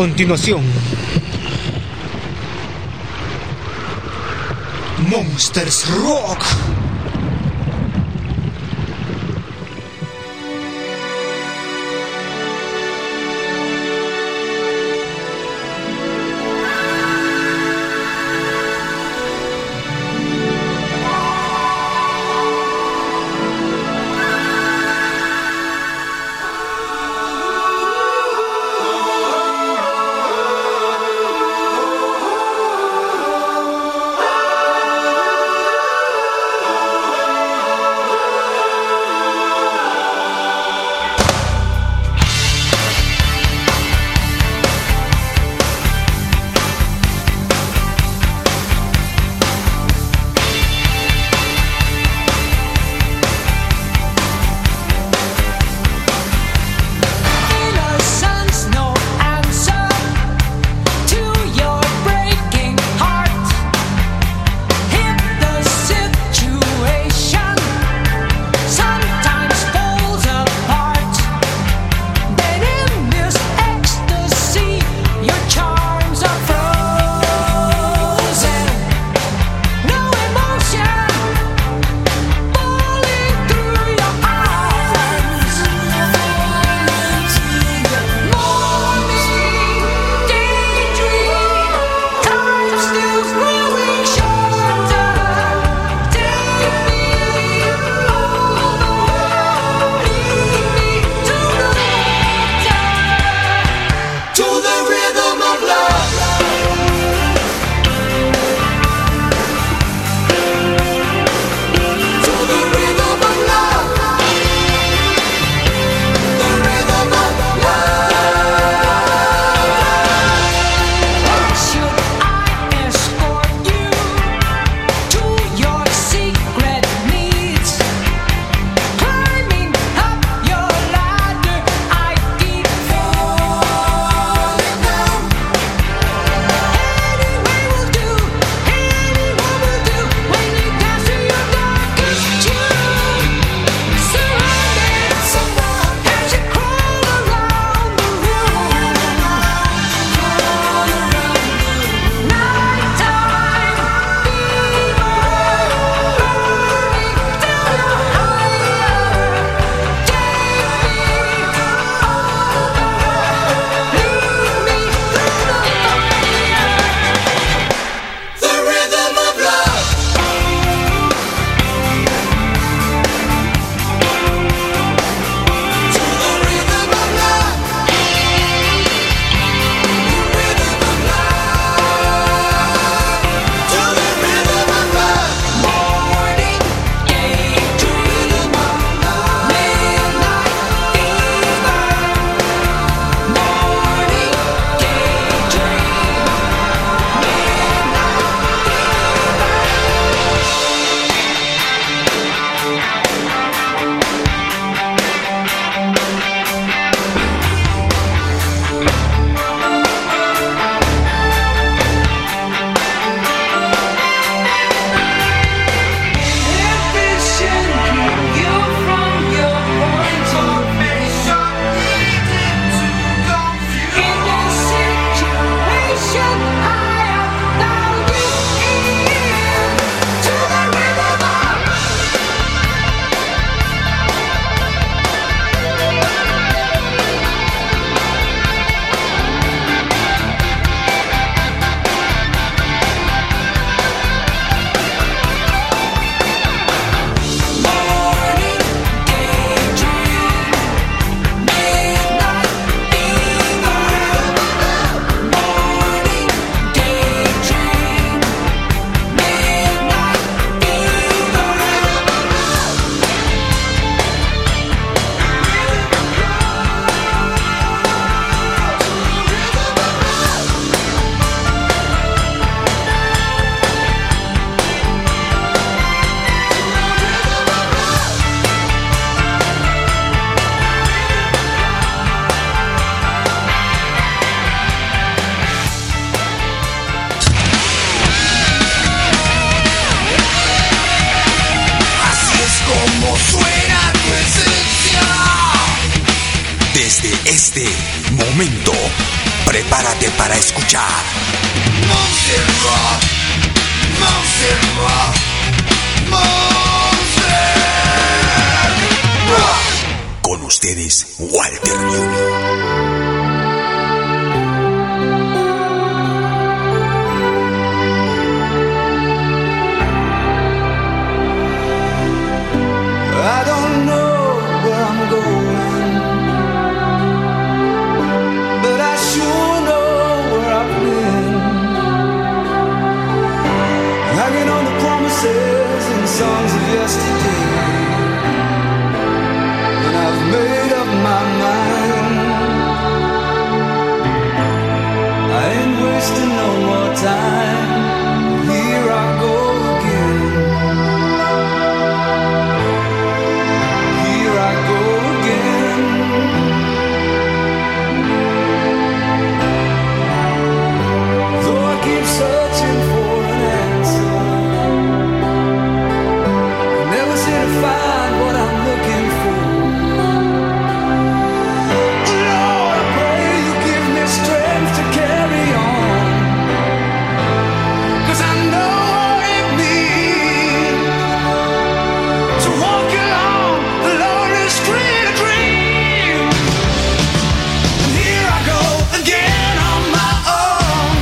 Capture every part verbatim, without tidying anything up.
continuación, Monsters Rock. Desde este momento Prepárate para escuchar Monster Rock, Monster Rock, Monster Rock. Con ustedes, Walter junior I don't know where I'm going, but I sure know where I've been. Hanging on the promises and songs of yesterday, and I've made up my mind. I ain't wasting no more time. Here I go again. Searching for an answer, never seem to find what I'm looking for. Lord, I pray you give me strength to carry on, 'cause I know what it means to walk along the lonely street of dreams. And here I go again on my own,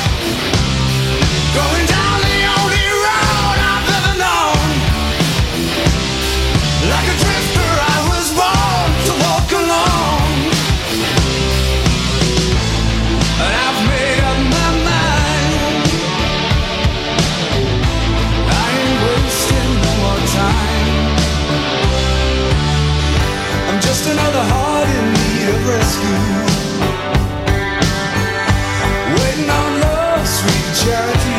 going down the only road I've ever known. Like a drifter I was born to walk alone, and I've made up my mind. I ain't wasting no more time. I'm just another heart in need of rescue, waiting on love's sweet charity.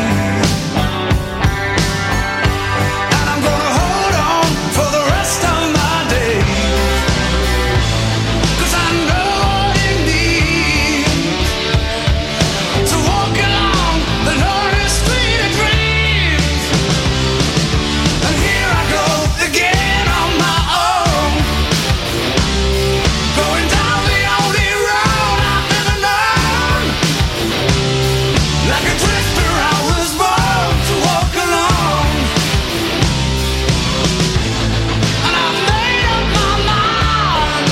And I'm gonna hold on for the rest of my days, 'cause I know what it means to walk along the lonely street of dreams. And here I go again on my own, going down the only road I've ever known. Like a drifter I was born to walk alone, and I've made up my mind.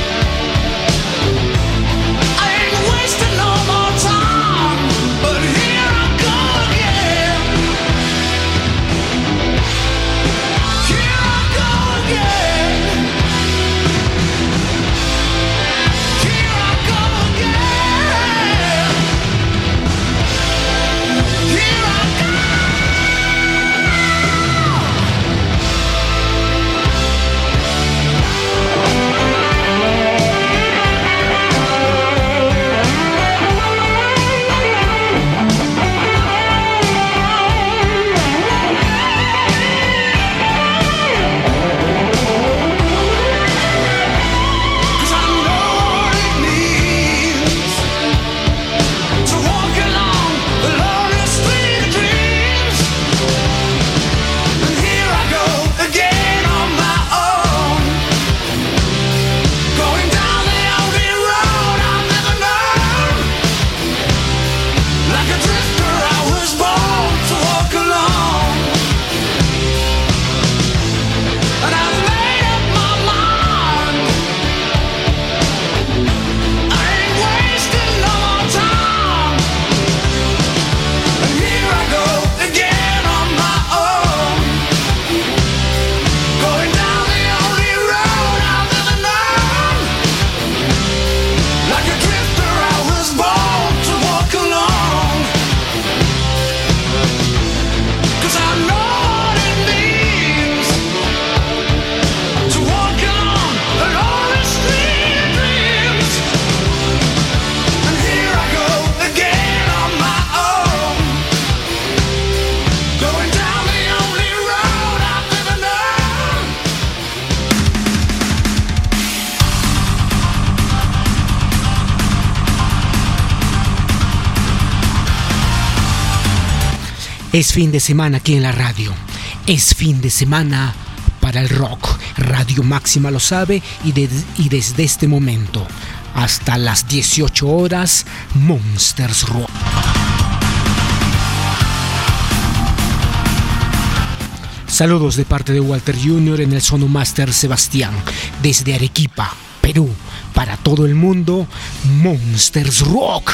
I ain't wasting no more time, but here I go again. Here I go again. Here I go again. Here I go. Cause I know what it means to walk along the lonely street of dreams. And here I go again on my own, going down the only road I've ever known. Like a drifter I was born to walk alone, and I've made up my mind. I ain't wasting no more time. And here I go again on my own, going down the only road I've ever known. Like a drifter I was born to walk alone, 'cause I know what it means to walk along the lonely street of dreams. And here I go again on my own, going down the only road I've ever known. Es fin de semana aquí en la radio. Es fin de semana para el rock. Radio Máxima lo sabe y, de- y desde este momento hasta las dieciocho horas, Monsters Rock. Saludos de parte de Walter junior en el Sonomaster Sebastián, desde Arequipa, Perú, para todo el mundo, Monsters Rock.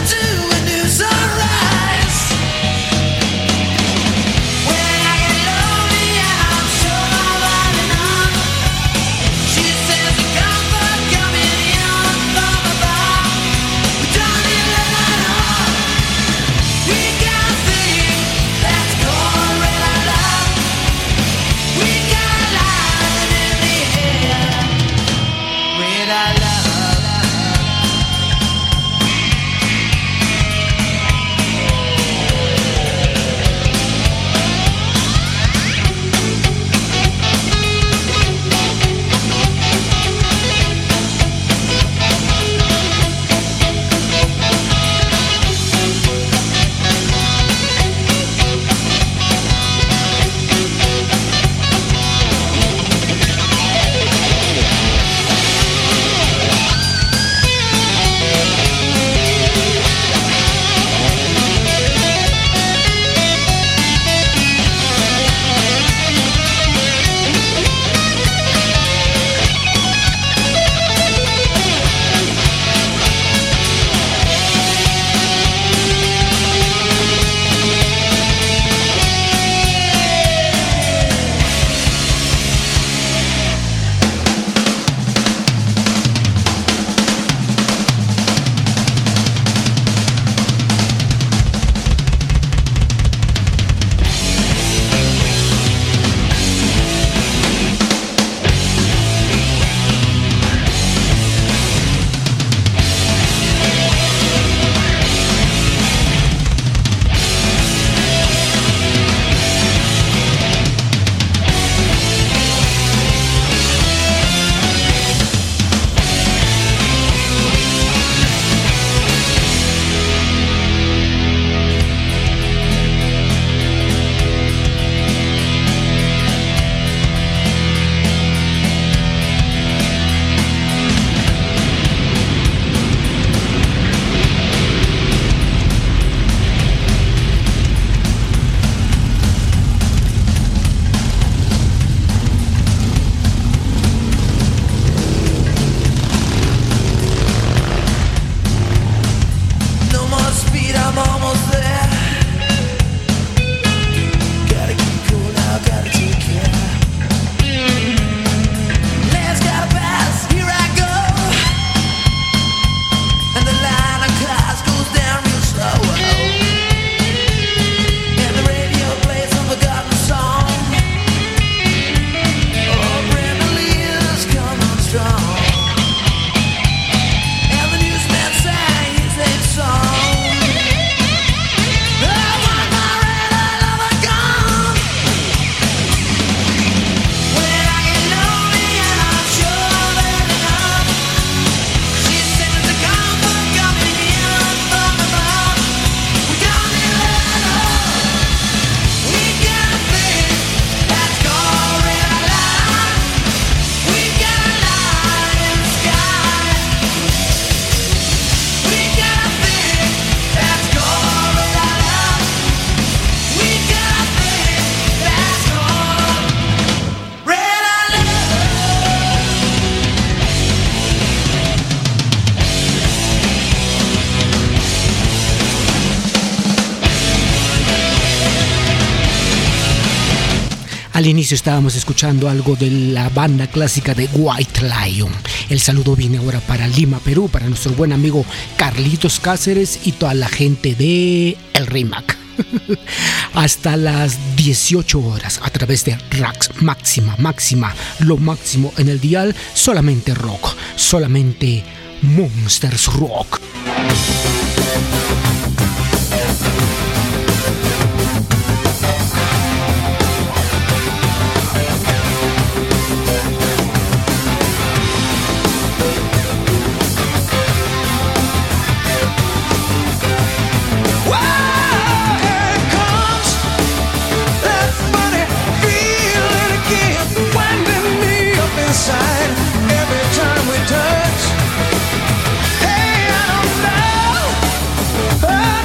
When I get low Al inicio estábamos escuchando algo de la banda clásica de White Lion. El saludo viene ahora para Lima, Perú, para nuestro buen amigo Carlitos Cáceres y toda la gente de El Rimac. Hasta las dieciocho horas a través de Rax Máxima, Máxima, lo máximo en el dial, solamente rock, solamente Monsters Rock. Every time we touch, hey, I don't know.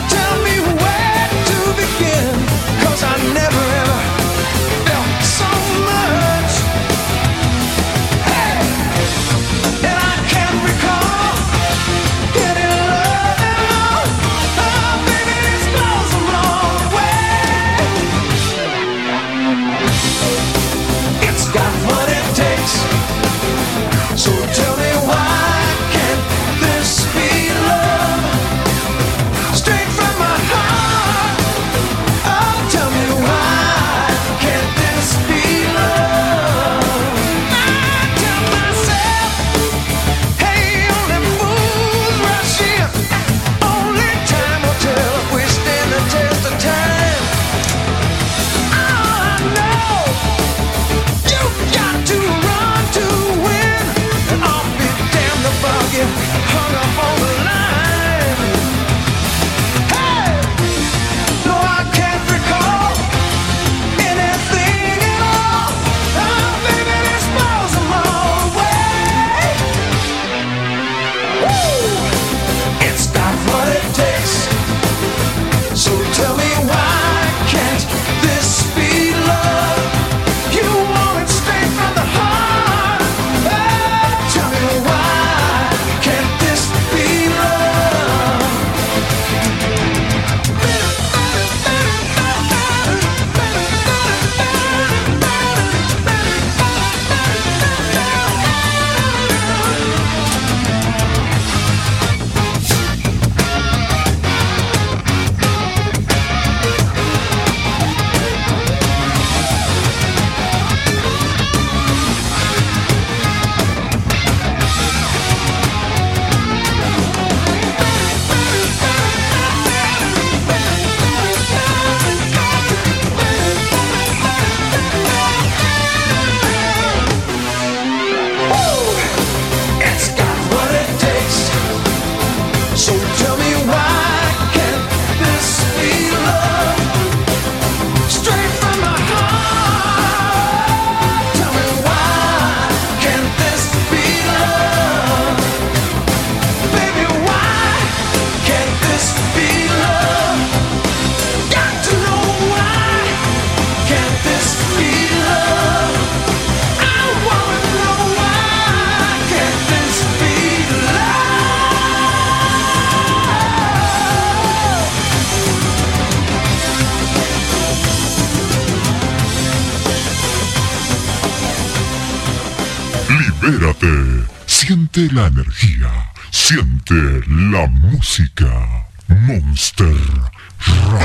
Libérate, siente la energía, siente la música. Monster Rock.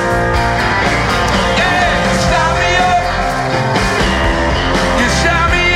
Stop me up. You shut me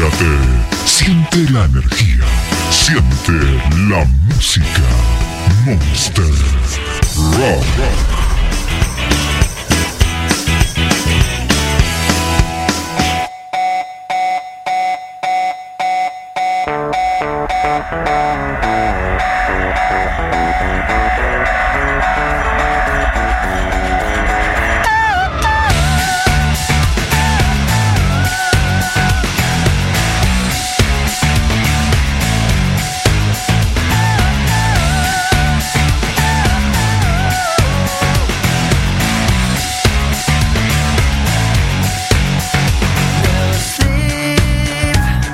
Relájate, siente la energía, siente la música. Monster Rock.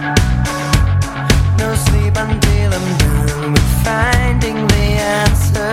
Until I'm done with finding the answer.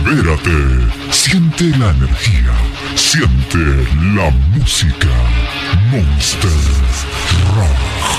Libérate. Siente la energía. Siente la música. Monster Rock.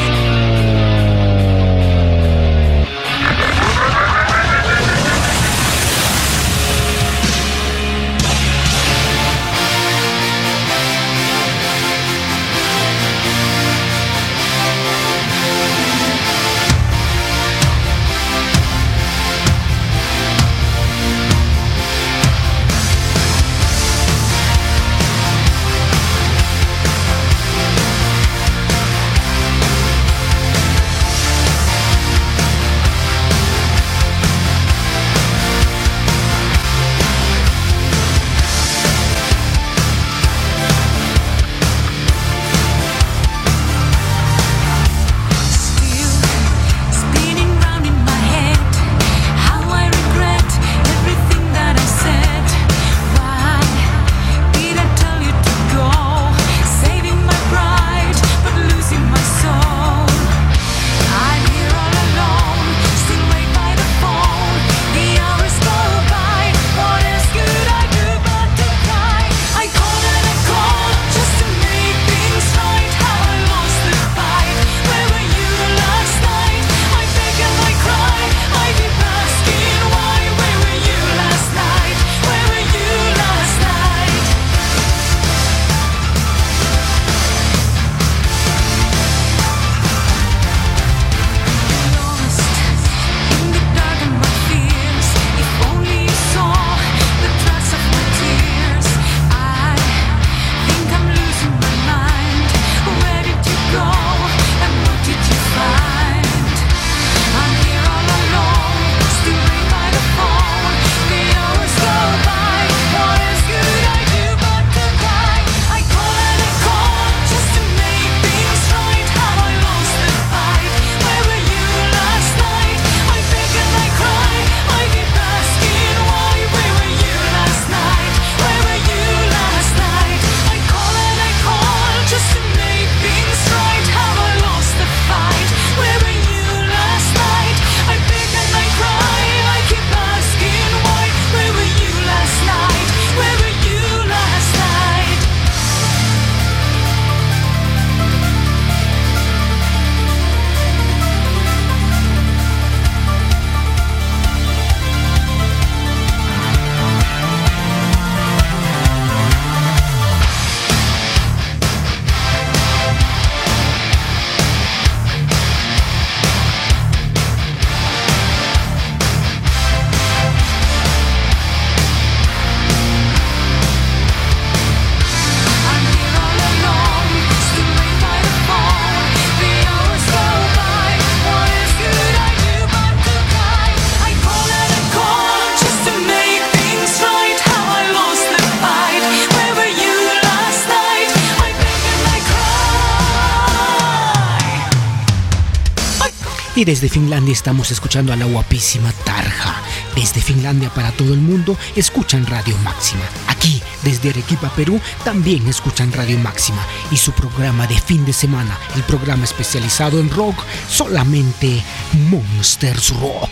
Y desde Finlandia estamos escuchando a la guapísima Tarja. Desde Finlandia para todo el mundo escuchan Radio Máxima. Aquí, desde Arequipa, Perú, también escuchan Radio Máxima y su programa de fin de semana, el programa especializado en rock, solamente Monsters Rock.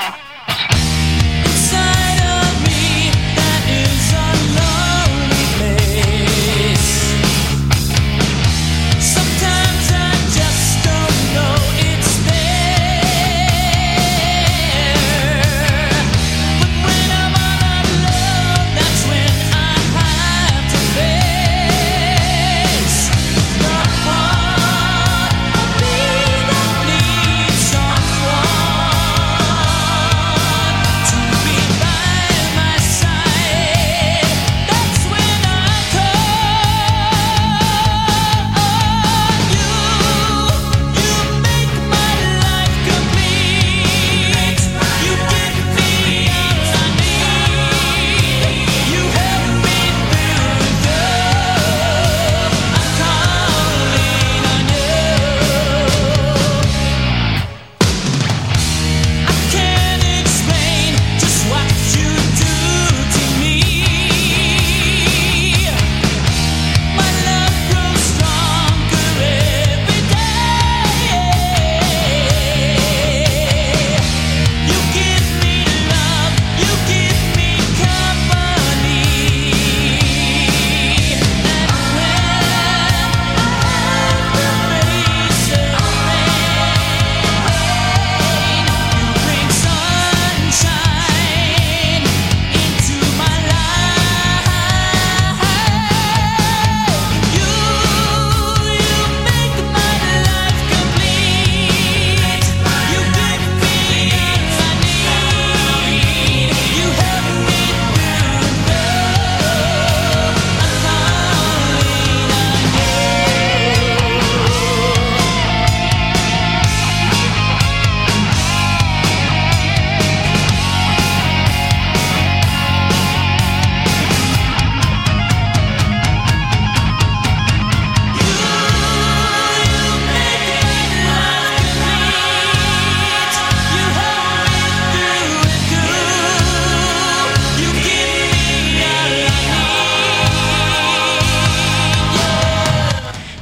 Inside of me, that is a lonely place.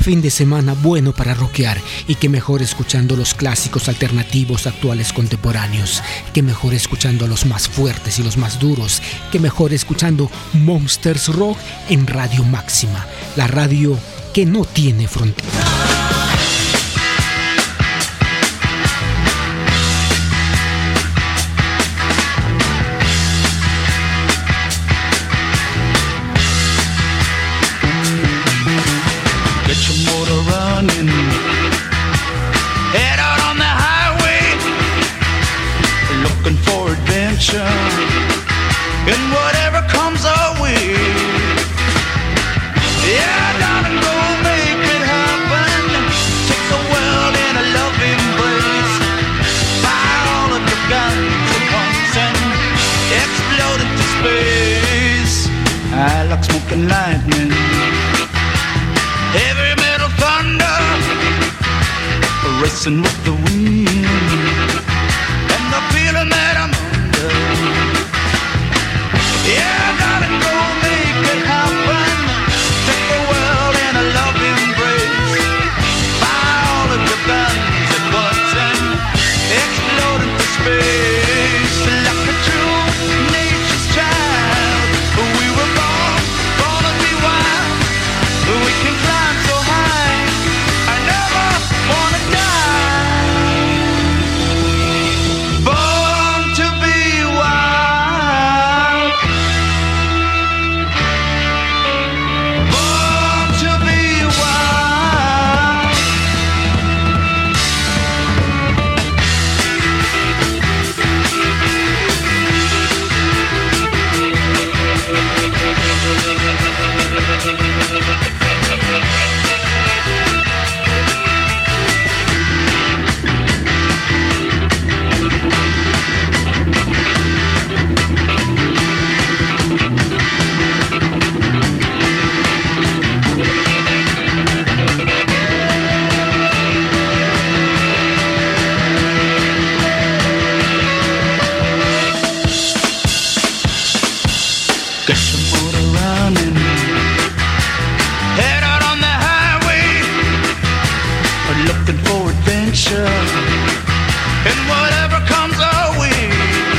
fin de semana bueno para rockear, y que mejor escuchando los clásicos alternativos actuales contemporáneos, que mejor escuchando los más fuertes y los más duros, que mejor escuchando Monsters Rock en Radio Máxima, la radio que no tiene fronteras. Head out on the highway, looking for adventure, and whatever comes our way. Yeah, darling, go make it happen. Take the world in a loving embrace. Fire all of your guns at once and explode into space. I like smoking lightning, heavy metal thunder, racing with the wind, and the feeling that I'm under. Yeah, darling, go make it happen. Take the world in a loving embrace. Fire all of your guns at once and explode into space. Like a true nature's child, we were born, born to be wild. We can climb so high, I never wanna die. Born to be wild. Born to be wild. Get your motor running. Head out on the highway, looking for adventure, and whatever comes our way.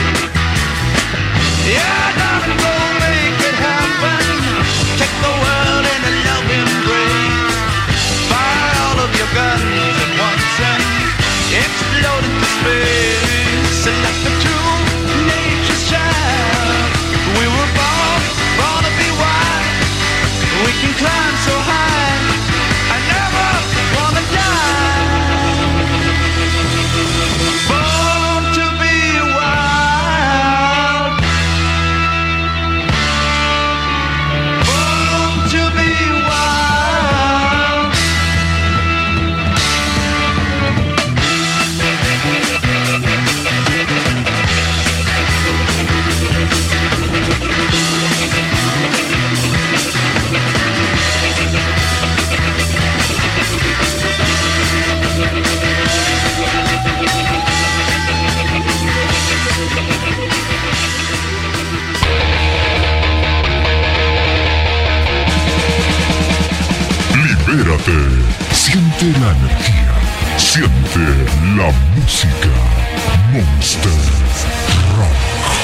Yeah, darling, go make it happen. Take the world in a loving embrace. Fire all of your guns at once and explode into space. And like the true nature's child, we were born, born to be wild. We can climb so high, I never wanna die. Born to be wild. Born to be wild. Libérate, siente la energía, siente la música. Monster Rock.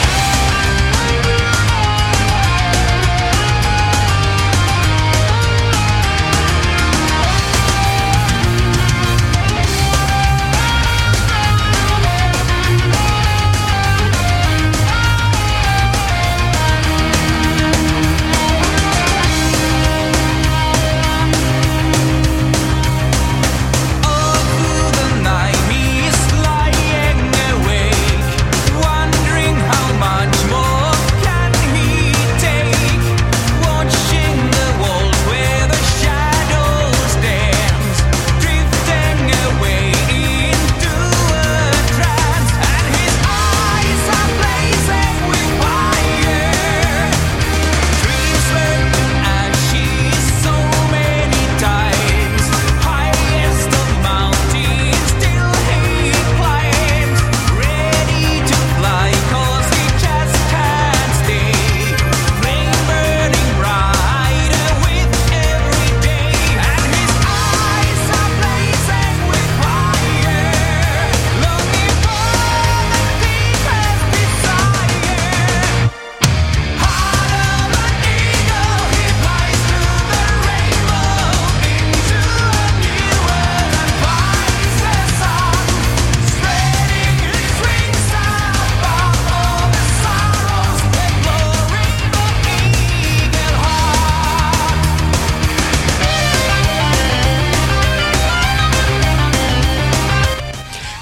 All through the night, he's lying awake, wondering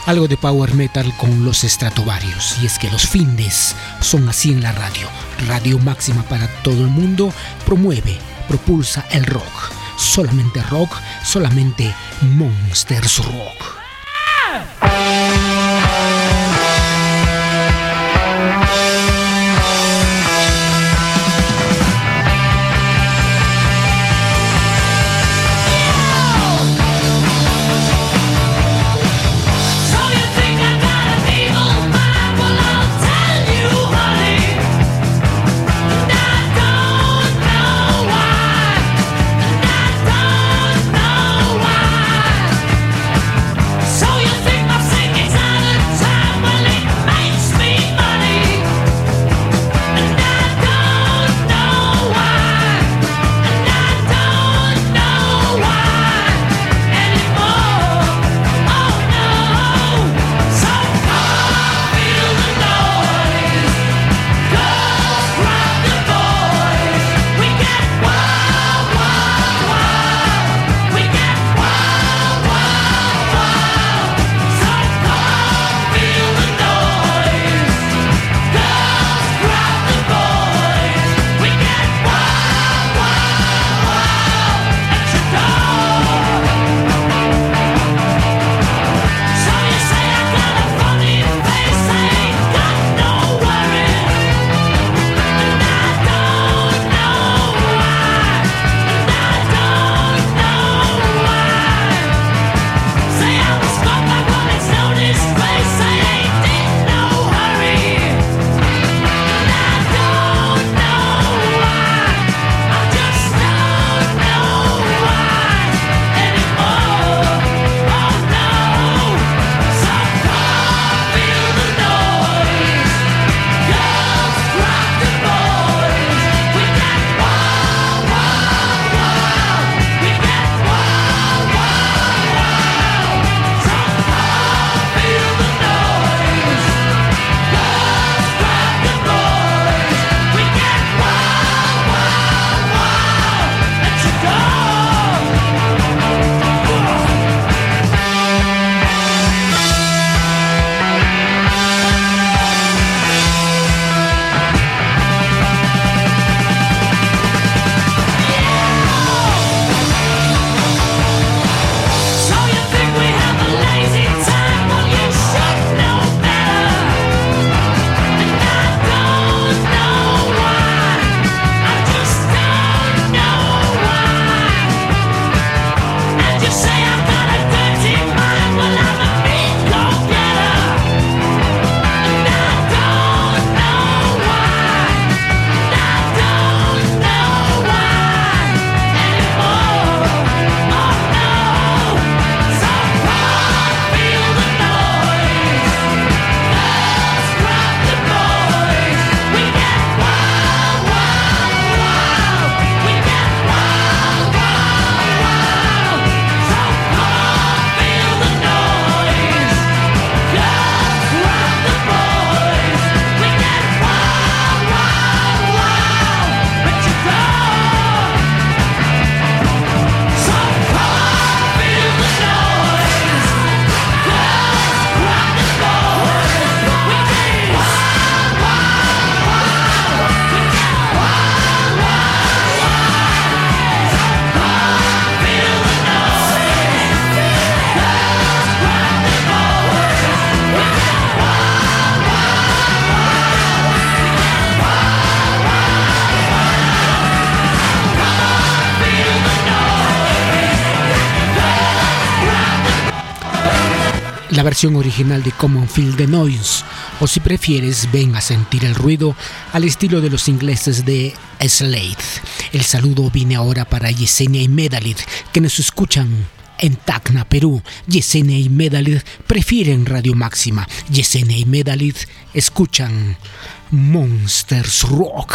Algo de power metal con los Stratovarius. Y es que los findes son así en la radio. Radio Máxima para todo el mundo promueve, propulsa el rock. Solamente rock, solamente Monsters Rock. La versión original de Come On Feel the Noise, o si prefieres, ven a sentir el ruido al estilo de los ingleses de Slade. El saludo viene ahora para Yesenia y Medalid, que nos escuchan en Tacna, Perú. Yesenia y Medalid prefieren Radio Máxima. Yesenia y Medalid escuchan Monsters Rock.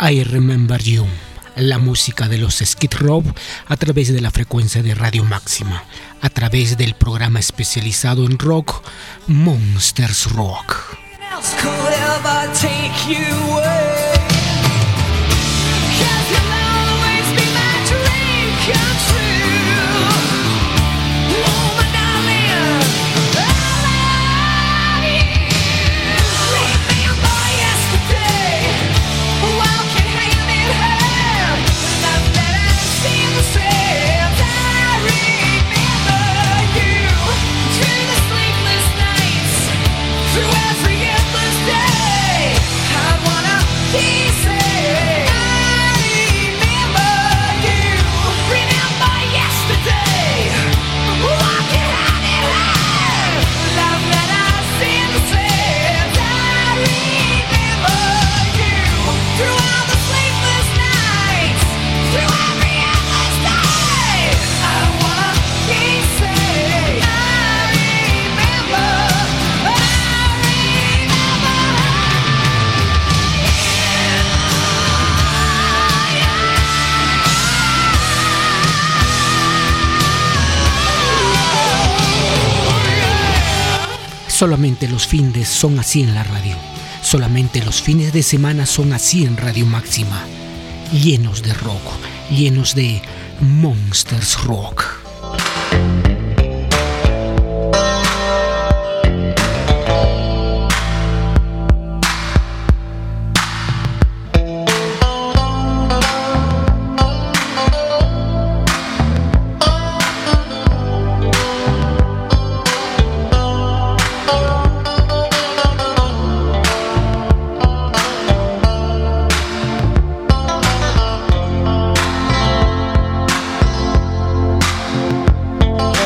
I Remember You, la música de los Skid Row a través de la frecuencia de Radio Máxima, a través del programa especializado en rock, Monsters Rock. Solamente los fines son así en la radio. Solamente los fines de semana son así en Radio Máxima. Llenos de rock, llenos de Monsters Rock. Oh,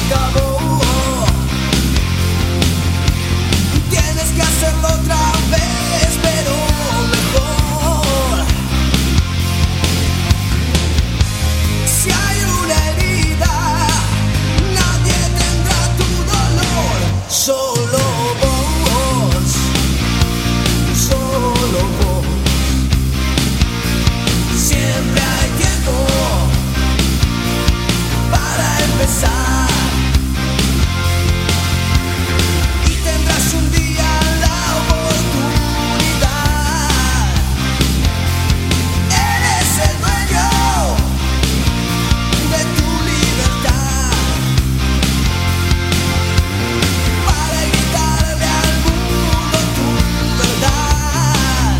acabó. Tienes que hacerlo otra vez, pero mejor. Si hay una herida, nadie tendrá tu dolor. Solo vos, solo vos. Siempre hay tiempo para empezar. Y tendrás un día la oportunidad. Eres el dueño de tu libertad para gritarle al mundo tu verdad.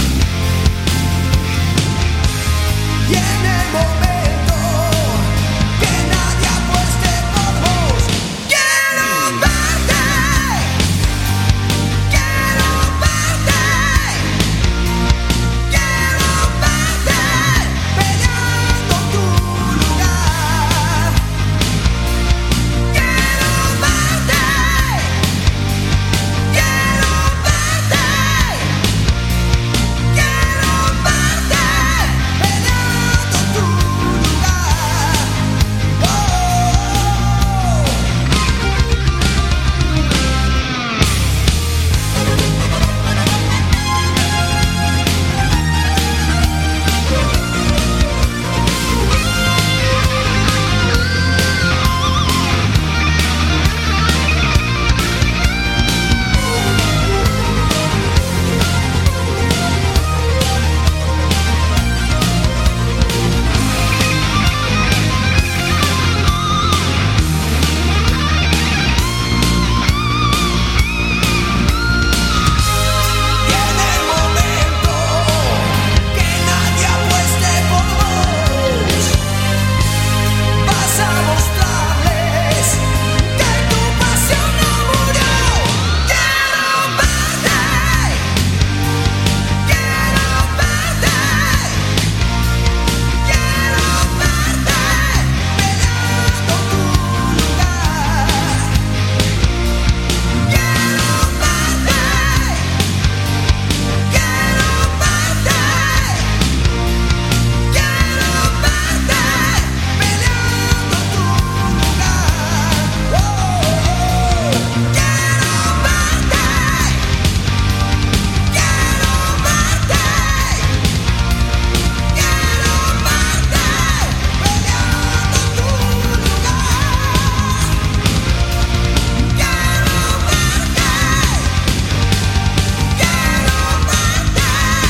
Y en el momento que nadie apueste por vos, quiero verte, quiero verte, quiero verte peleando tu lugar. Quiero verte, quiero verte, quiero verte peleando tu lugar. Oh. Y en el momento que nadie apueste por vos, vas a mostrarles que tu pasión no murió. Quiero verte, quiero verte, quiero verte peleando tu lugar. Quiero verte, quiero verte, quiero verte peleando tu lugar. Oh, quiero verte, quiero verte, quiero verte peleando tu lugar. Quiero verte, quiero verte,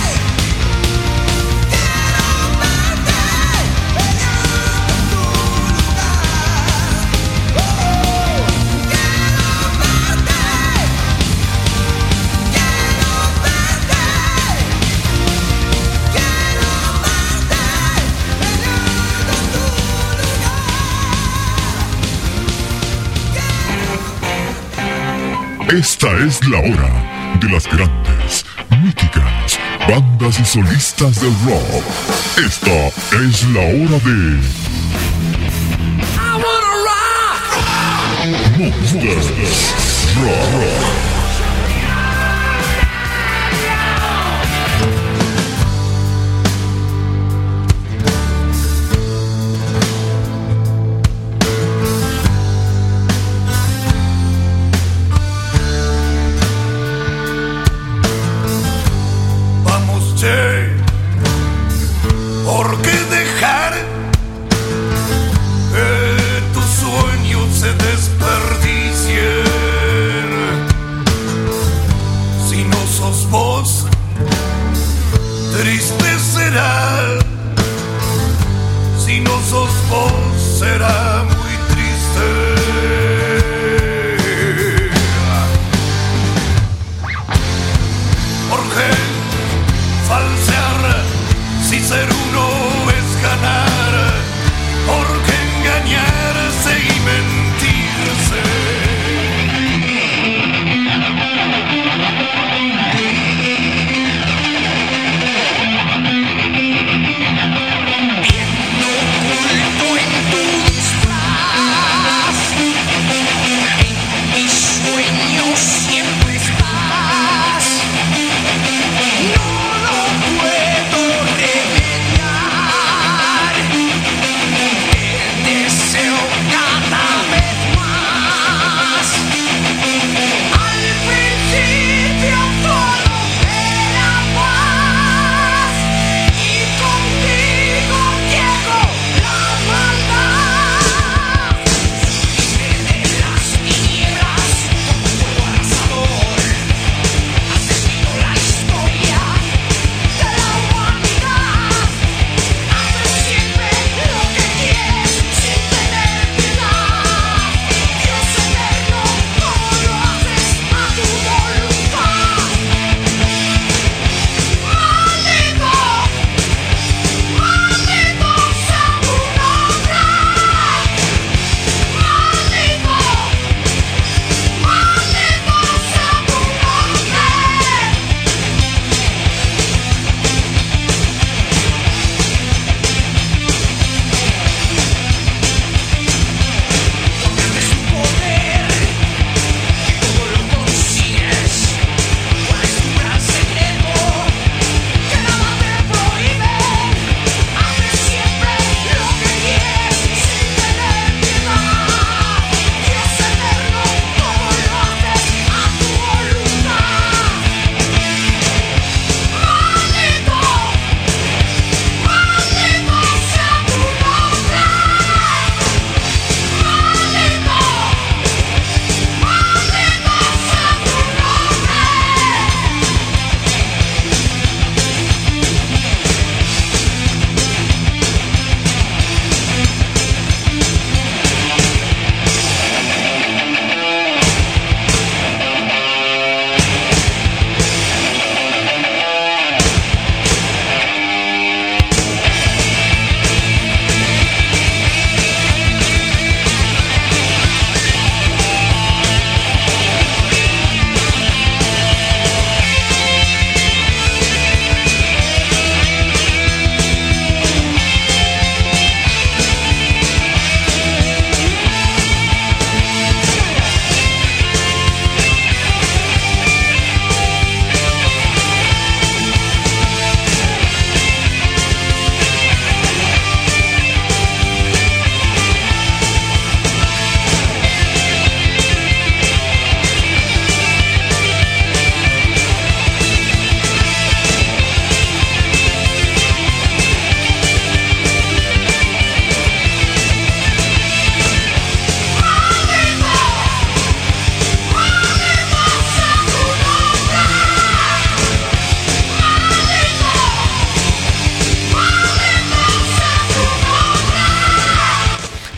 quiero verte peleando tu lugar. Oh, Esta es la hora de las grandes, míticas bandas y solistas del rock. Esta es la hora de Monster Rock. vamos, che, ¿por qué dejar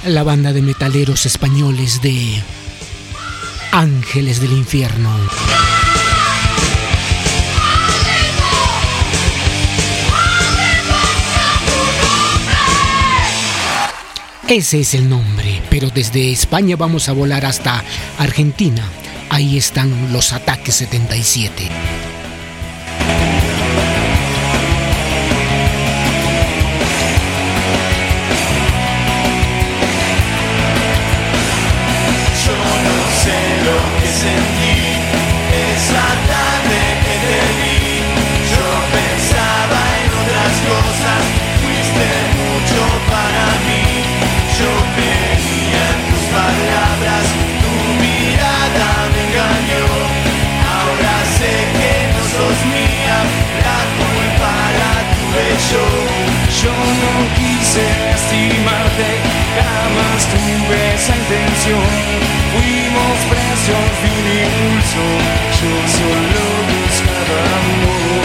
La banda de metaleros españoles de Ángeles del Infierno. Ese es el nombre, pero desde España vamos a volar hasta Argentina. Ahí están los Ataques setenta y siete. Yo no sé lo que sentí esa tarde que te vi. Yo pensaba en otras cosas, fuiste mucho para mí. Yo creía en tus palabras, tu mirada me engañó. Ahora sé que no sos mía, la culpa la tuve yo. Yo no quise lastimarte, jamás tuve esa intención. Fuimos presos de un impulso, yo solo buscaba amor.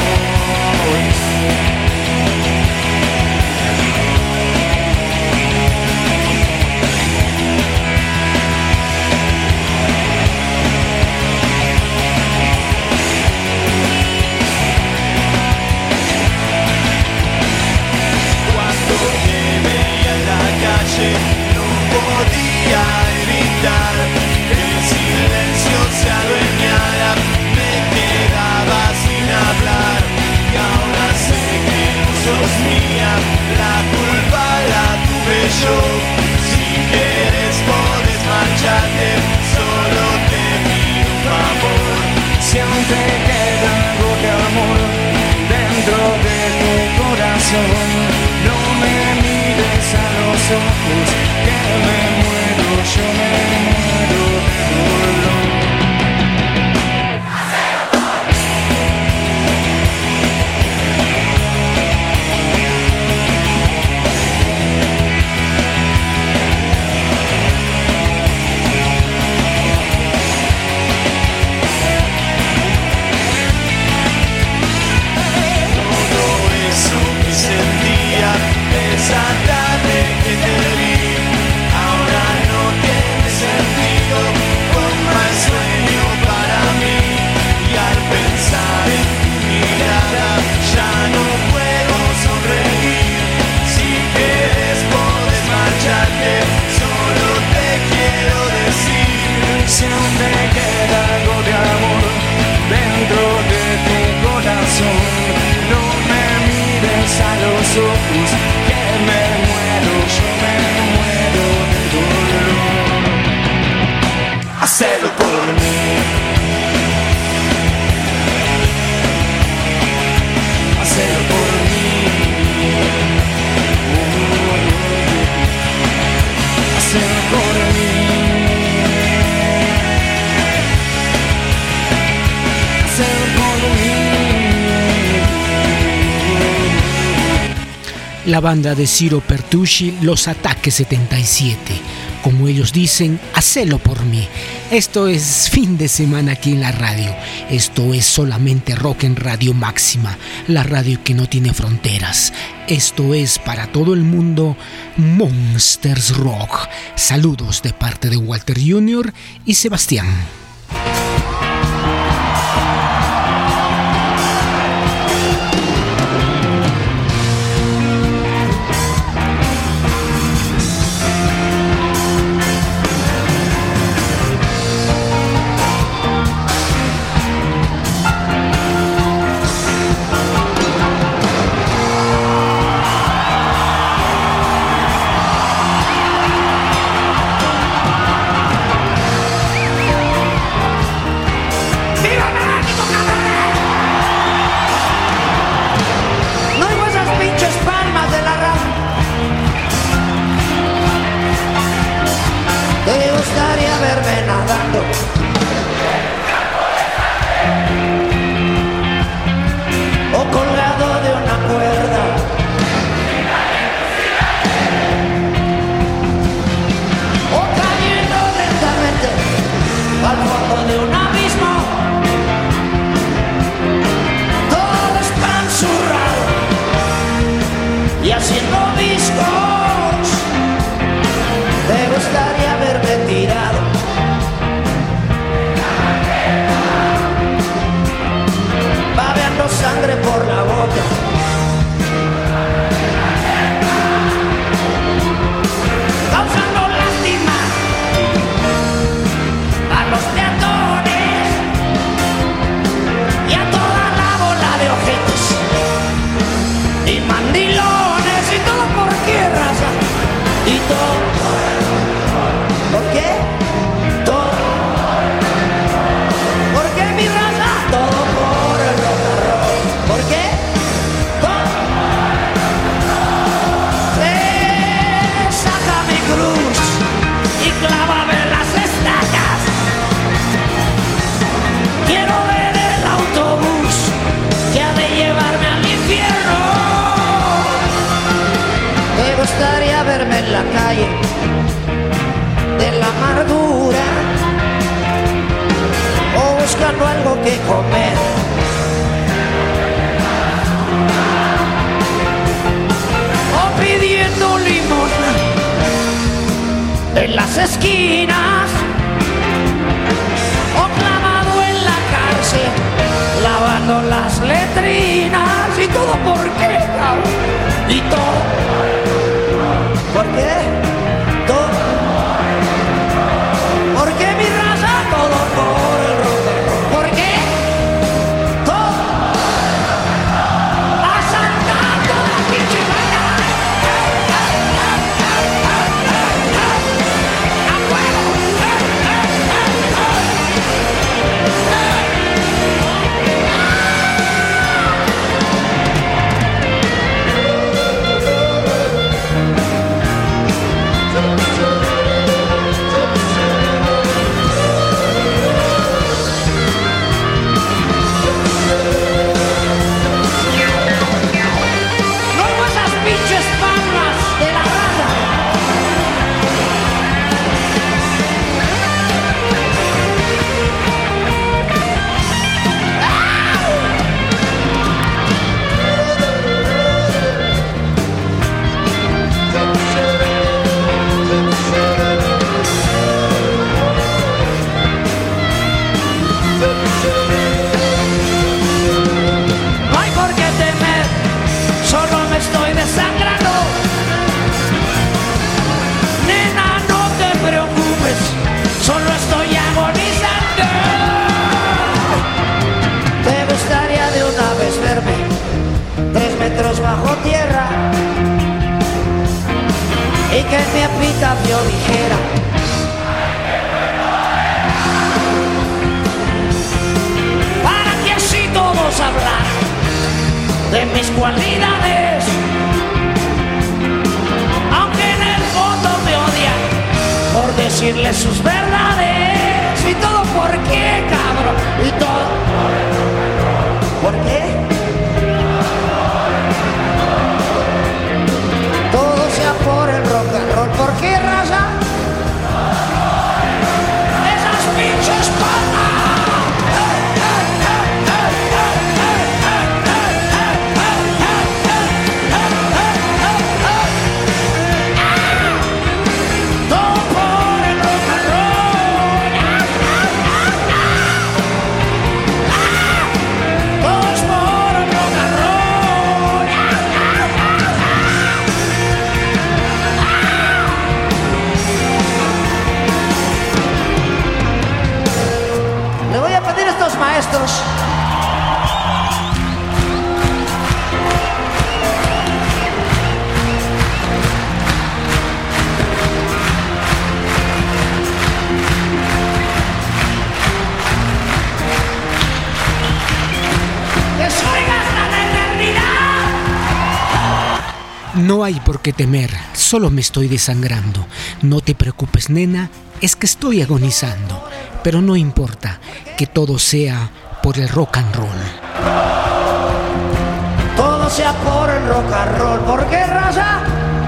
No podía evitar que el silencio se adueñara. Me quedaba sin hablar y ahora sé que no sos mía. La culpa la tuve yo. Si quieres podés marcharte, solo te pido un favor. Si aún te queda algo de amor dentro de tu corazón, no me mires a los ojos, que me muero, yo me muero de dolor. Todo eso que sentía esa tarde que te vi, ahora no tiene sentido, como el sueño para mí. Y al pensar en tu mirada ya no puedo sonreír. Si quieres podés marcharte, solo te quiero decir. Si aún te queda algo de amor dentro de tu corazón, no me mires a los ojos, que me muero, yo me muero de dolor. Hacelo por mí. Hacelo por mí. Hacelo por mí. Hacelo por mí. La banda de Ciro Pertucci, Los Ataques setenta y siete. Como ellos dicen, hacelo por mí. Esto es fin de semana aquí en la radio. Esto es solamente rock en Radio Máxima, la radio que no tiene fronteras. Esto es para todo el mundo Monsters Rock. Saludos de parte de Walter junior y Sebastián. haciendo discos de las esquinas o clavado en la cárcel lavando las letrinas. ¿Y todo por qué, cabrón? ¿Y todo? ¿Por qué? ¿Todo? ¿Por qué, mi raza? Todo por el rock and roll. ¿Por qué? Todo. Asaltando la pinche banda. ¡A fuego! Bajo tierra y que mi epitafio dijera: para que así todos hablaran de mis cualidades, aunque en el fondo me odian por decirles sus verdades. Y todo por qué, cabrón, y todo ¿por qué? Por el rock and roll. ¿Por qué, raza? Esas pinches palmas. Todo por el rock and roll. Todo es por el rock and roll. Maestros, que soy hasta la eternidad. No hay por qué temer, solo me estoy desangrando. No te preocupes, nena, es que estoy agonizando. Pero no importa, que todo sea por el rock and roll. Todo sea por el rock and roll. ¿Por qué, raza?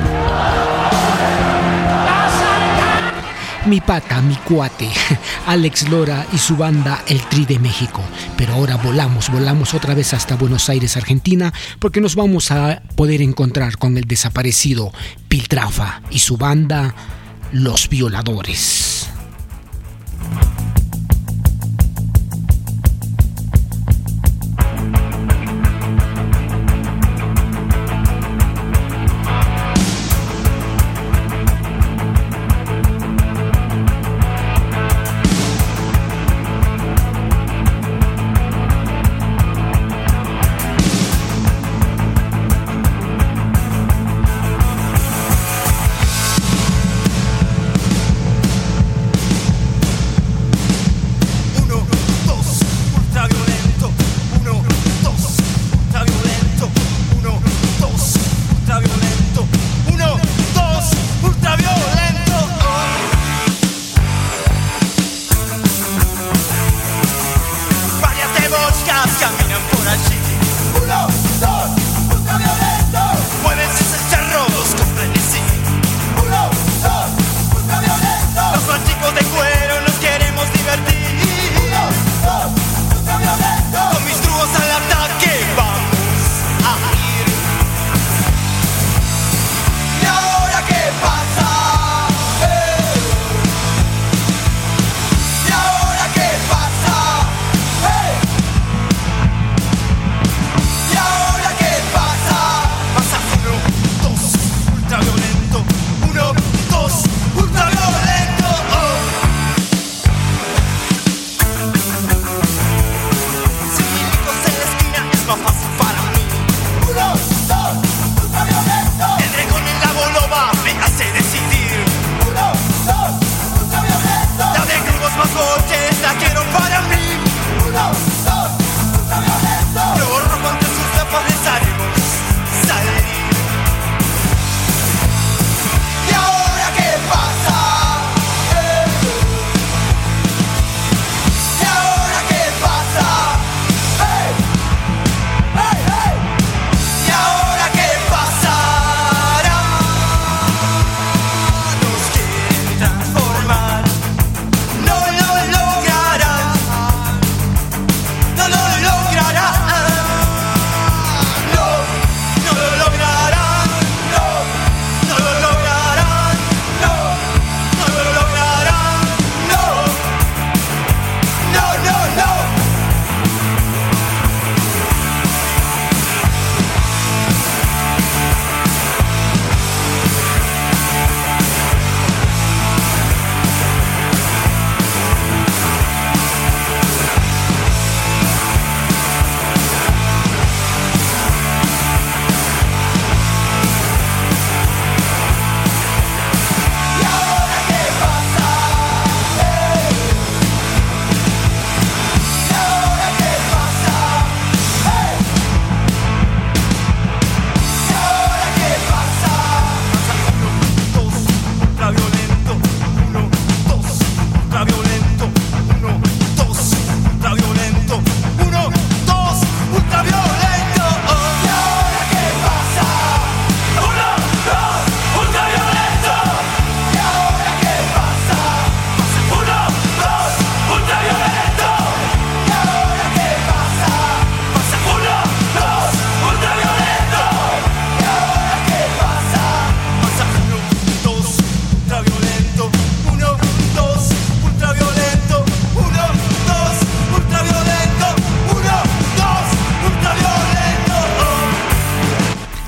Mi pata, mi cuate, Alex Lora y su banda El Tri de México. Pero ahora volamos, volamos otra vez hasta Buenos Aires, Argentina, porque nos vamos a poder encontrar con el desaparecido Piltrafa y su banda Los Violadores.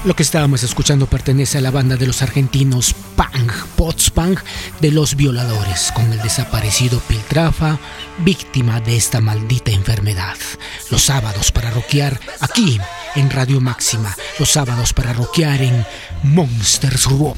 Lo que estábamos escuchando pertenece a la banda de los argentinos Punk, Post-Punk de Los Violadores, con el desaparecido Piltrafa, víctima de esta maldita enfermedad. Los sábados para rockear aquí en Radio Máxima, los sábados para rockear en Monsters Rock.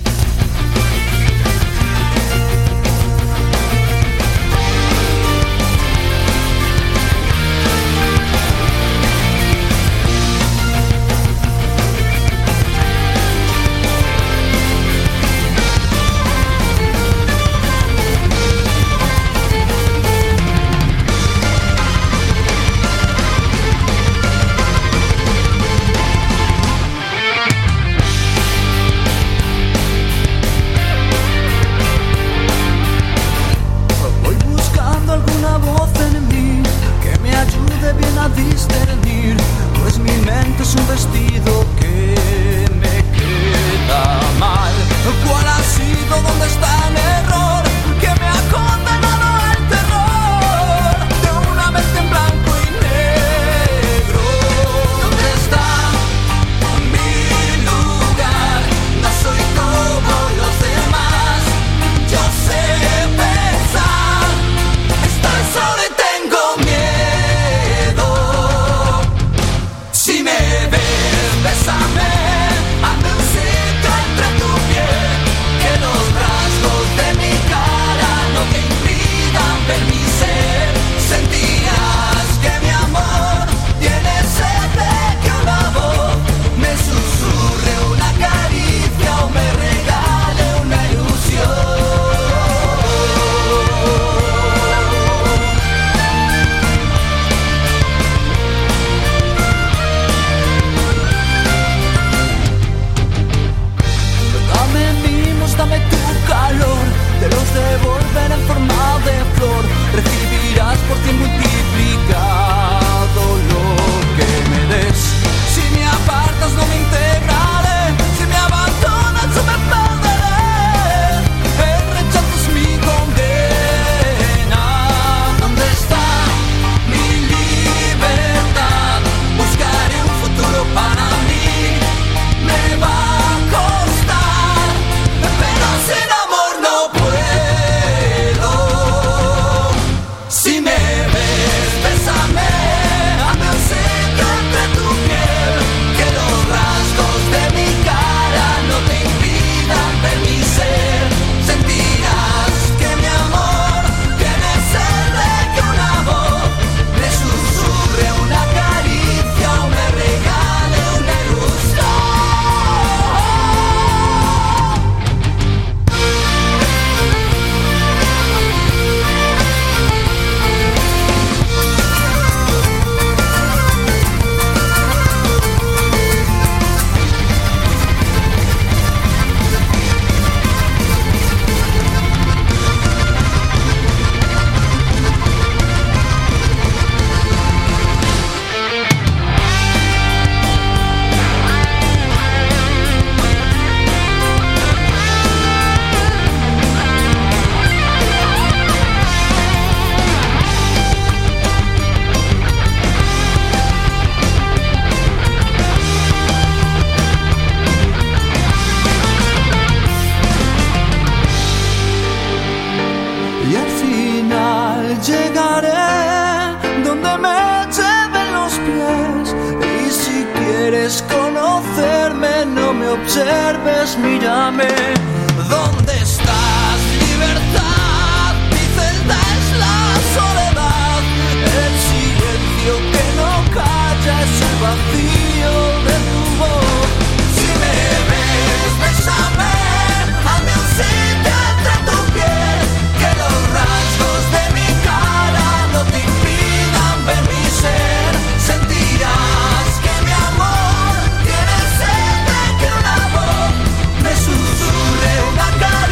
observes, mírame. ¿Dónde estás, libertad? Mi celda es la soledad, el silencio que no calla es el vacío de tu voz. Si me ves, bésame, hazme un sitio entre tu piel, que los rasgos de mi cara no te impidan ver mi ser. Sentirás que mi amor tiene sed de que una voz me susurre una canción.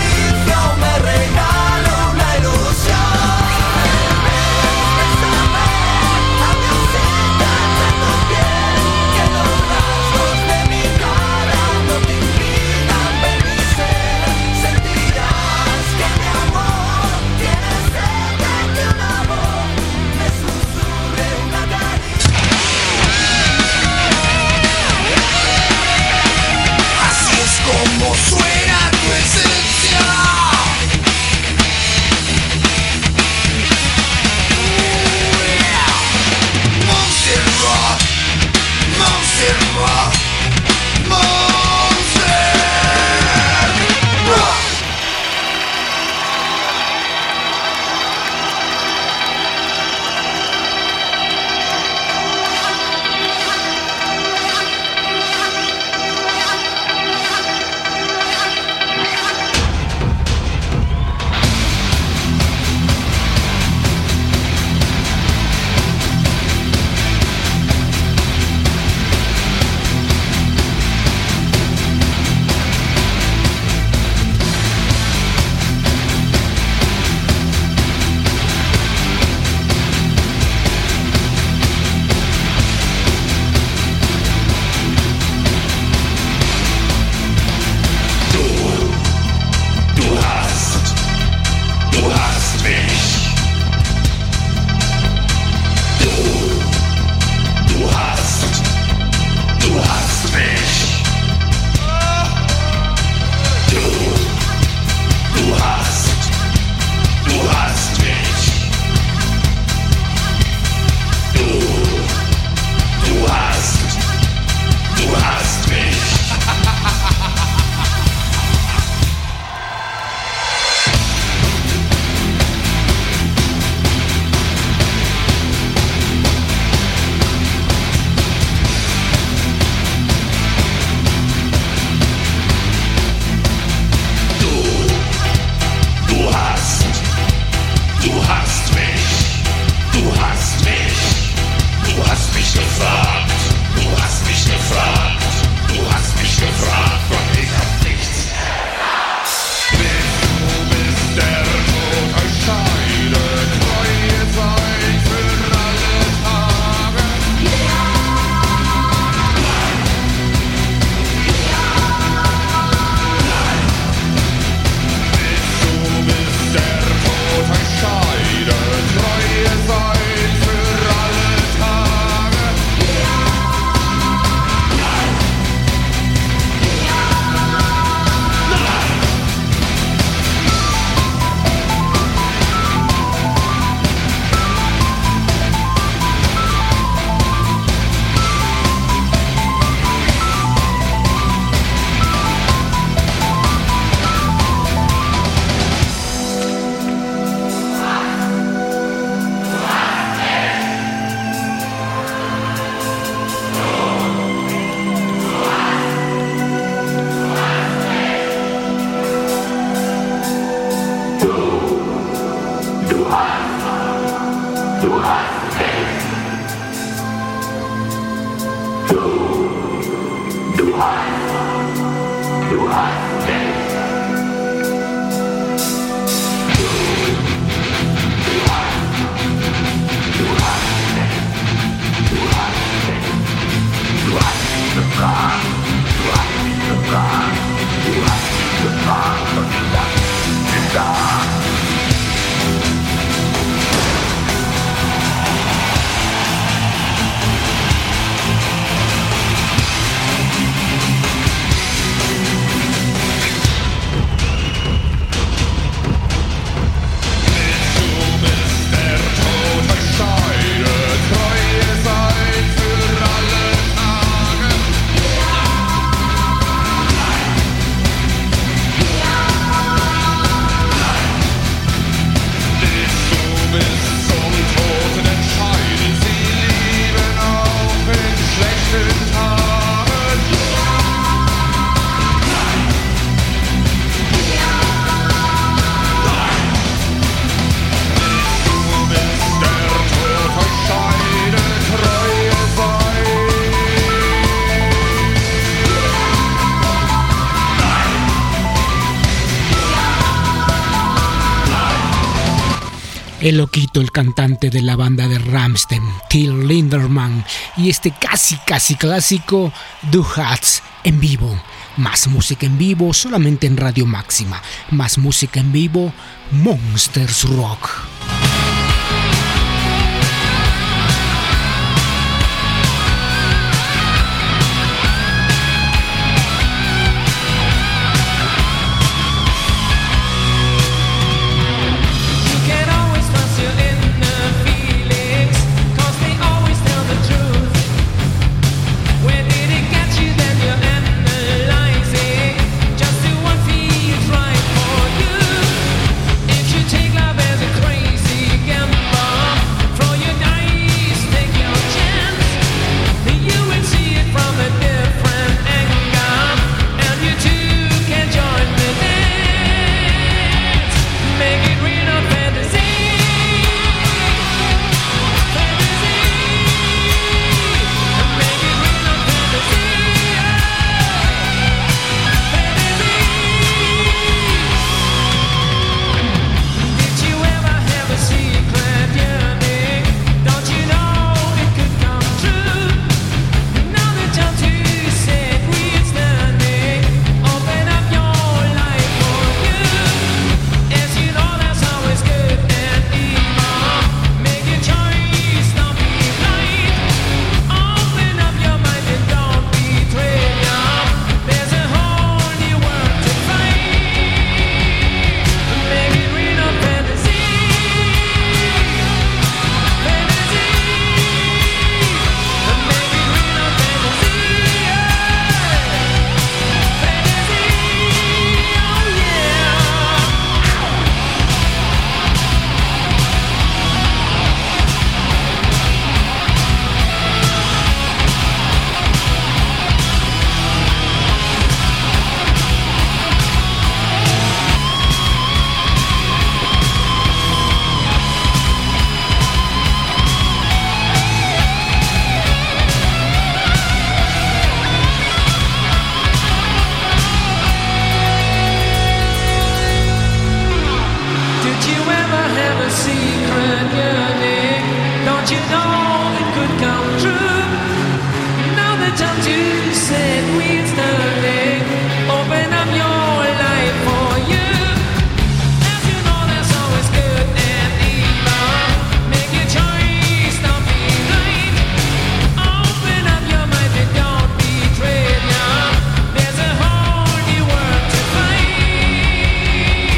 El loquito, el cantante de la banda de Rammstein, Till Lindemann, y este casi casi clásico Du Hast en vivo. Más música en vivo solamente en Radio Máxima. Más música en vivo, Monsters Rock. Take love as a crazy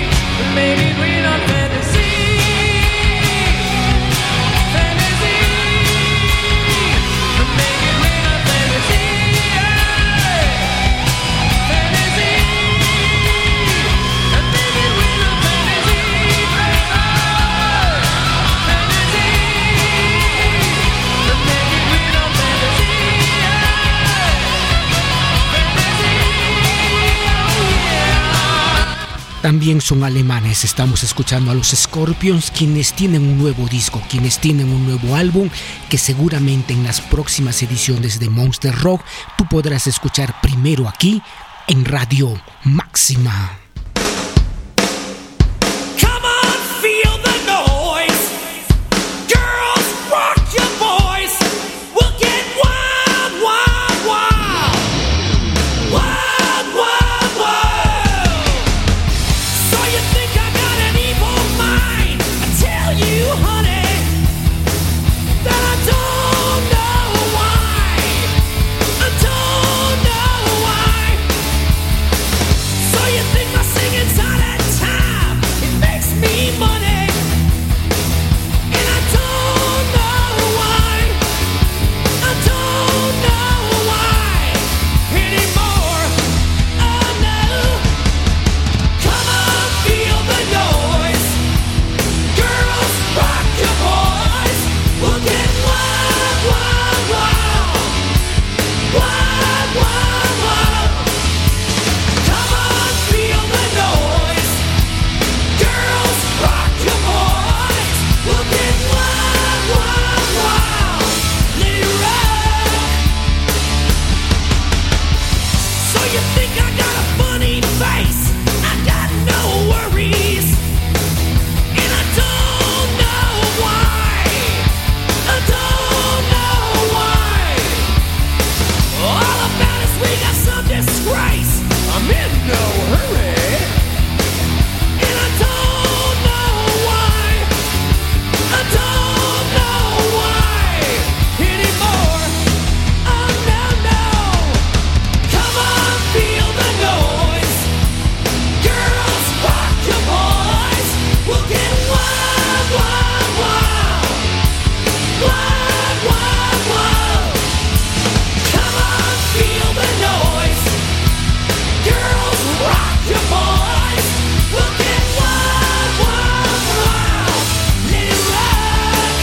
Maybe we're not fantasy, fantasy. También son alemanes. Estamos escuchando a los Scorpions, quienes tienen un nuevo disco, quienes tienen un nuevo álbum que seguramente en las próximas ediciones de Monster Rock tú podrás escuchar primero aquí en Radio Máxima. Come on, feel the noise. Girls, rock your voice. We'll get wild, wild, wild. Wild, wild, wild. So you think I got an evil mind? I tell you, honey, that I don't know why. I don't know why. So you think my singing's out of time? It makes me money, and I don't know why. I don't know why anymore. Oh no! Come on, feel the noise. Girls, rock your voice. We'll get wild, wild, wild. Wild, wild, wild. Come on, feel the noise. Girls, rock your voice. We'll get wild, wild, wild. Let it rock. So you think I got a funny face? I got no worries, and I don't know why. I don't know why. All about is we got some disgrace. I'm in no hurry, and I don't know why. I don't know why anymore. Oh no, no. Come on, feel the noise. Girls, rock your voice. We'll get wild, wild, wild. Wild, wild, wild. Come on, feel the noise. Girls, rock your voice. We'll get wild, wild, wild. Let it rock.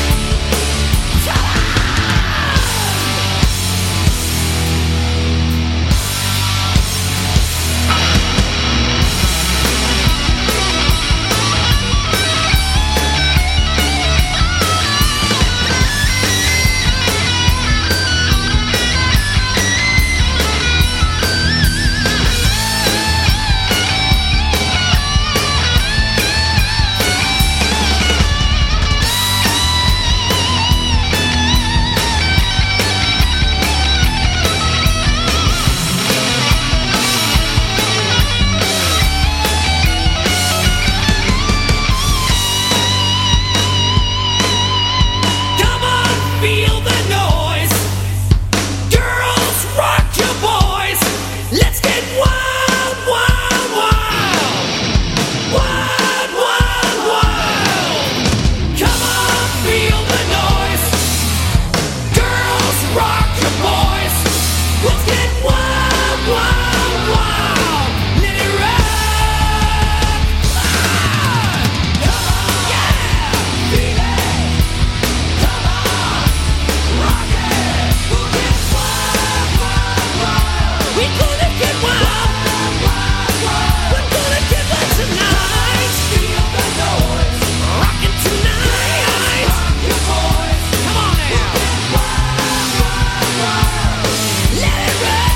Come on, feel the noise. Girls, rock your voice. Let's get wild, wild, wild. Wild, wild, wild. Come on, feel the noise. Girls, rock your voice. Let's get wild, wild, wild. Let it rock. Ah! Come on, yeah, feel it. Come on, rock it. We'll get wild, wild, wild. We're gonna get wild, wild, wild. We're gonna get wild tonight. Feel the noise. Rockin' tonight. Rock your voice. Come on now. Wild, wild, wild. Let it rock.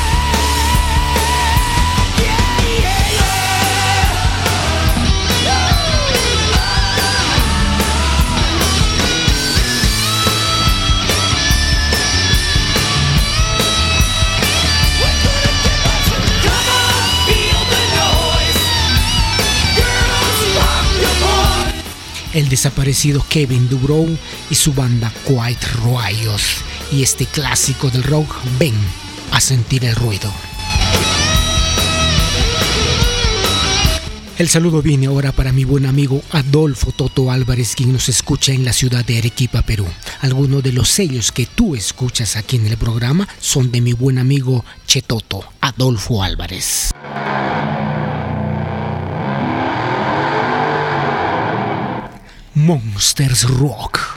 Yeah, yeah, yeah. Come on, feel the noise. Girls, rock your voice. El desaparecido Kevin Dubrow y su banda Quiet Riot y este clásico del rock, Ven a sentir el ruido. El saludo viene ahora para mi buen amigo Adolfo Toto Álvarez, quien nos escucha en la ciudad de Arequipa, Perú. Algunos de los sellos que tú escuchas aquí en el programa son de mi buen amigo Chetoto, Adolfo Álvarez. Monsters Rock.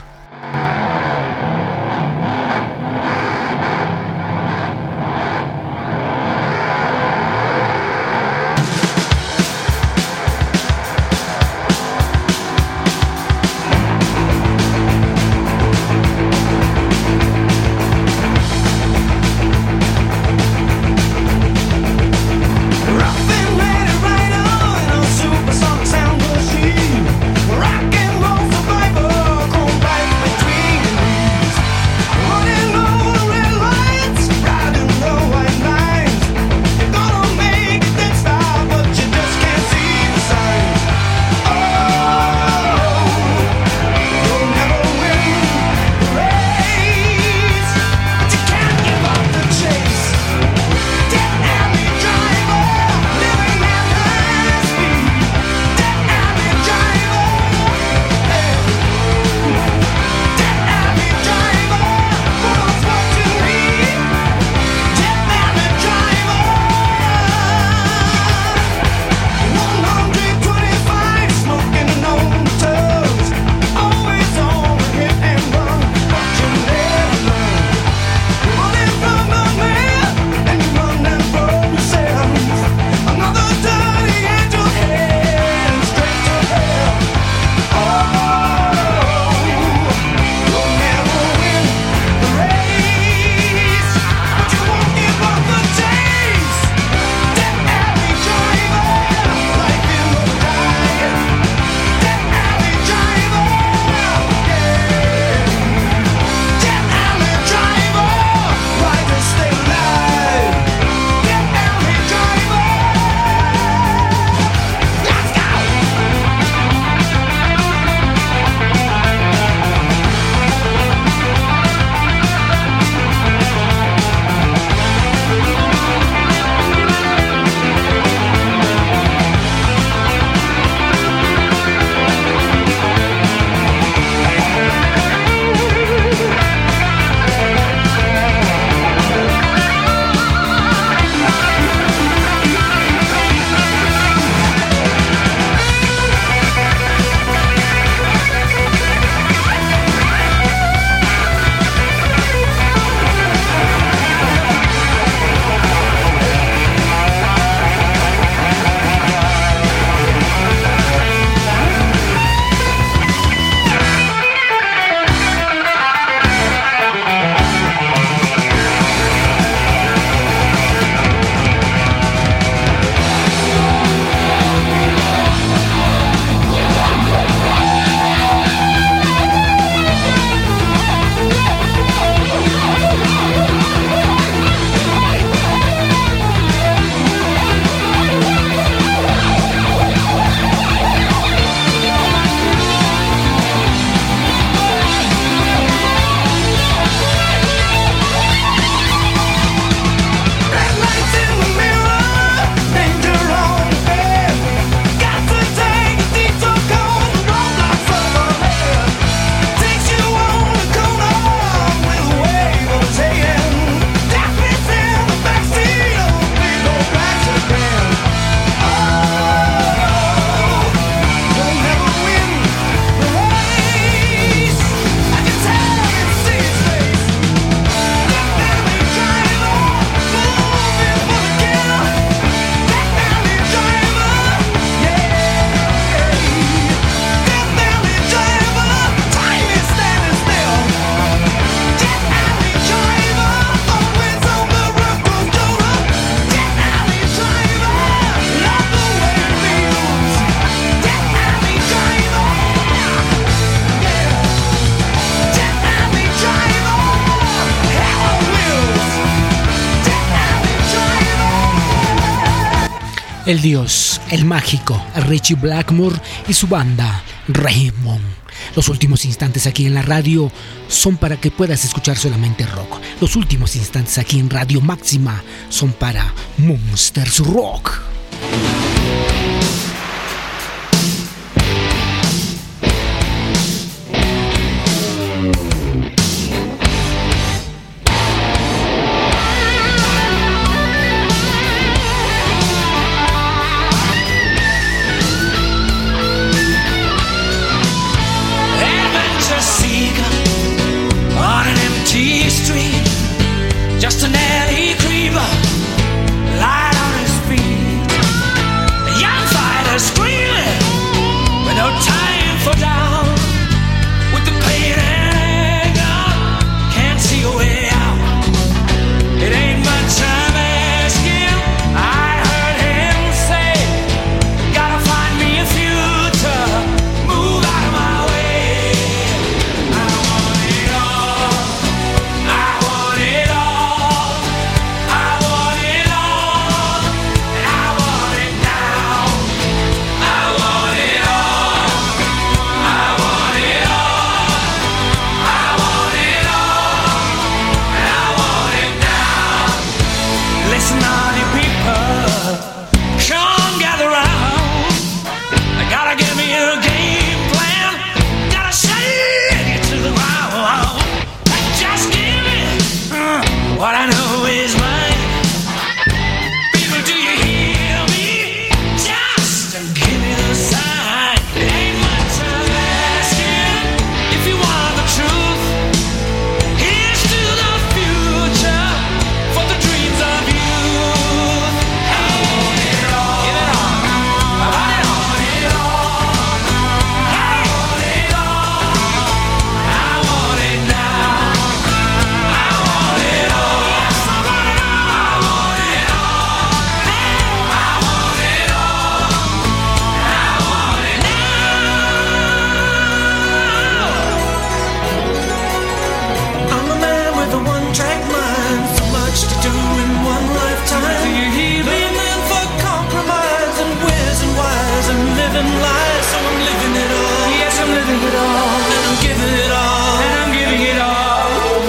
El dios, el mágico, Richie Blackmore y su banda Raymond. Los últimos instantes aquí en la radio son para que puedas escuchar solamente rock. Los últimos instantes aquí en Radio Máxima son para Monsters Rock. Just an alley creeper, light on his feet. A young fighter screaming with no time for down. With the pain and anger, can't see a way out. It ain't much I'm asking. I heard him say, gotta find me a future, move out of my way. I want it all, I want it all. What I know is mine. People, do you hear me? Just give me the sign. It ain't much I'm asking. If you want the truth, here's to the future, for the dreams of youth. I want it all. Give it all. I want it all. I want it all. I want it now. I want it all. Life, so I'm living it all. Yes, I'm living it all, and I'm giving it all, and I'm giving it all.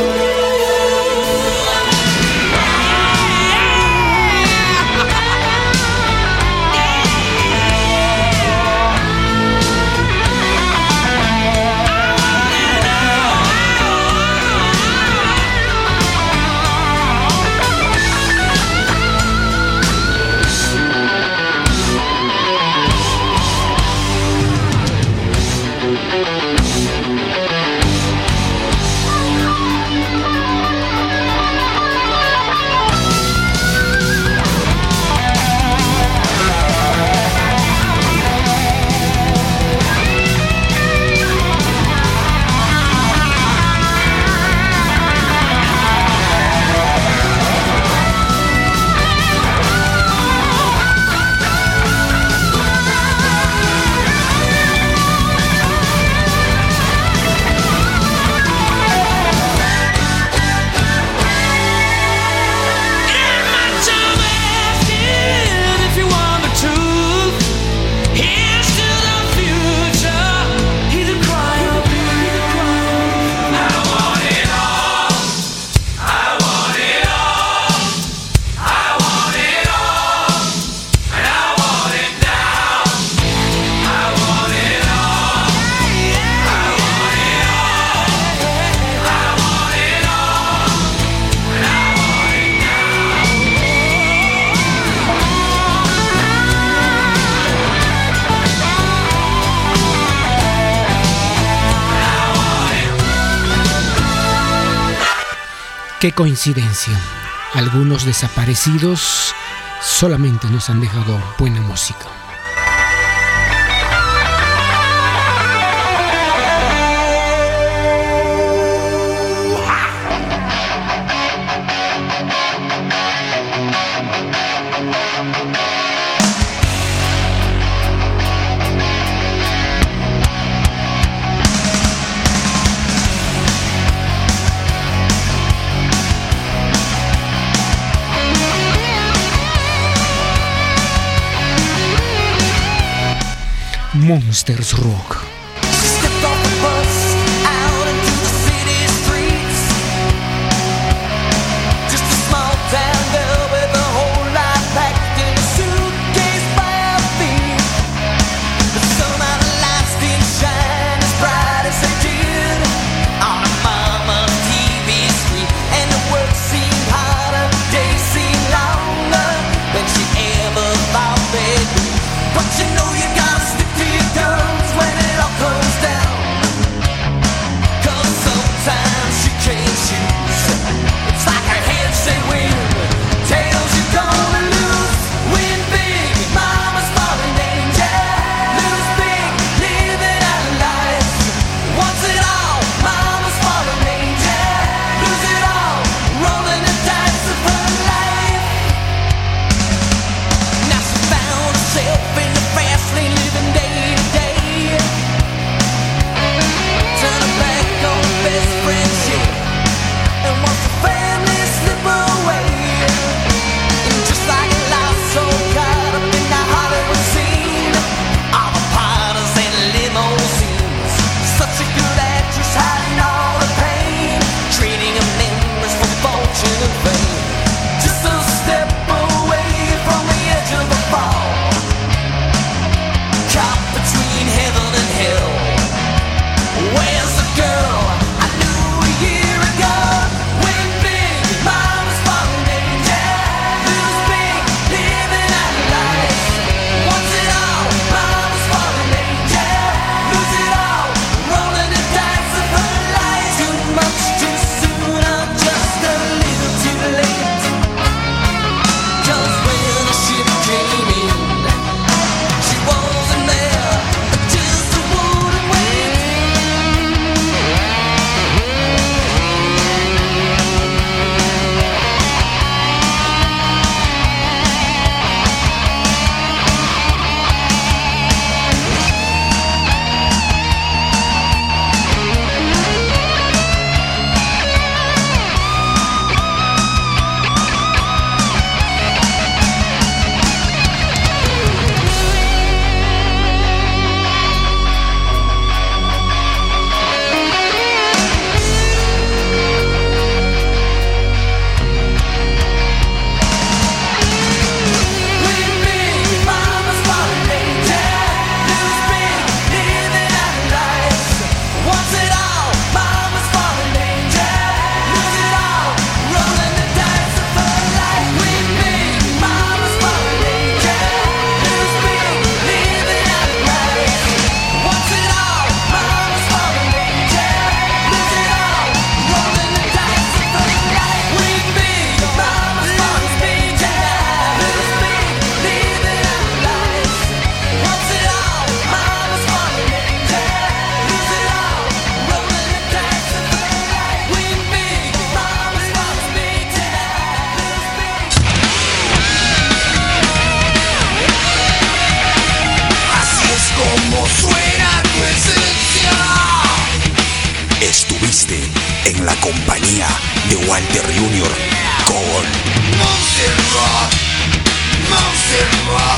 Qué coincidencia. Algunos desaparecidos solamente nos han dejado buena música. Monsters Rock. Stepped off the bus out into the city streets. Just a small town girl with a whole lot packed in a suitcase by her feet. But somehow the lights didn't shine as bright as they did on a mama's T V screen, and the work seemed harder, the days seemed longer than she ever thought they'd be. But you know you gotta stick to your guns when it all comes down. 'Cause sometimes you can't choose. It's like her head say win, tails you're gonna lose. Win big, mama's falling danger. Lose big, living out of life. Wants it all, mama's falling danger. Lose it all, rolling the dice of her life. Now she found herself in the fast lane, living day to day. Turn her back on best friendship and watch the family slip away. And just like a lost soul caught up in the Hollywood scene, all the parties and limousines. Such a good actress hiding all the pain, trading her memories for fortune and fame. Just a step away from the edge of the fall, caught between heaven and hell. Where's the girl I knew a year ago? Win big, mama's falling danger. Lose big, living out of life. Wants it all, mama's falling danger. Lose it all, rolling the dice of her life. Too much too soon, or just a little too late. 'Cause when the ship came in, she wasn't there, just a wooden wait. Win big, mama's falling danger. Lose big, living out of life. Wants it all, mama's falling danger. Lose it all, rolling the dice of her life. Win big, mama's falling danger. Lose big, living out of life. Wants it all, mama's falling danger. Lose it all, rolling the dice of her life. Win big, mama's falling danger. Lose big, living out of life. Wants it all, mama's falling danger. Lose it all, rolling the dice of her life. Win big, mama's falling danger. Lose big. Así es como suena tu esencia. Estuviste en la compañía de Walter junior con Monster Rock, Monster Rock.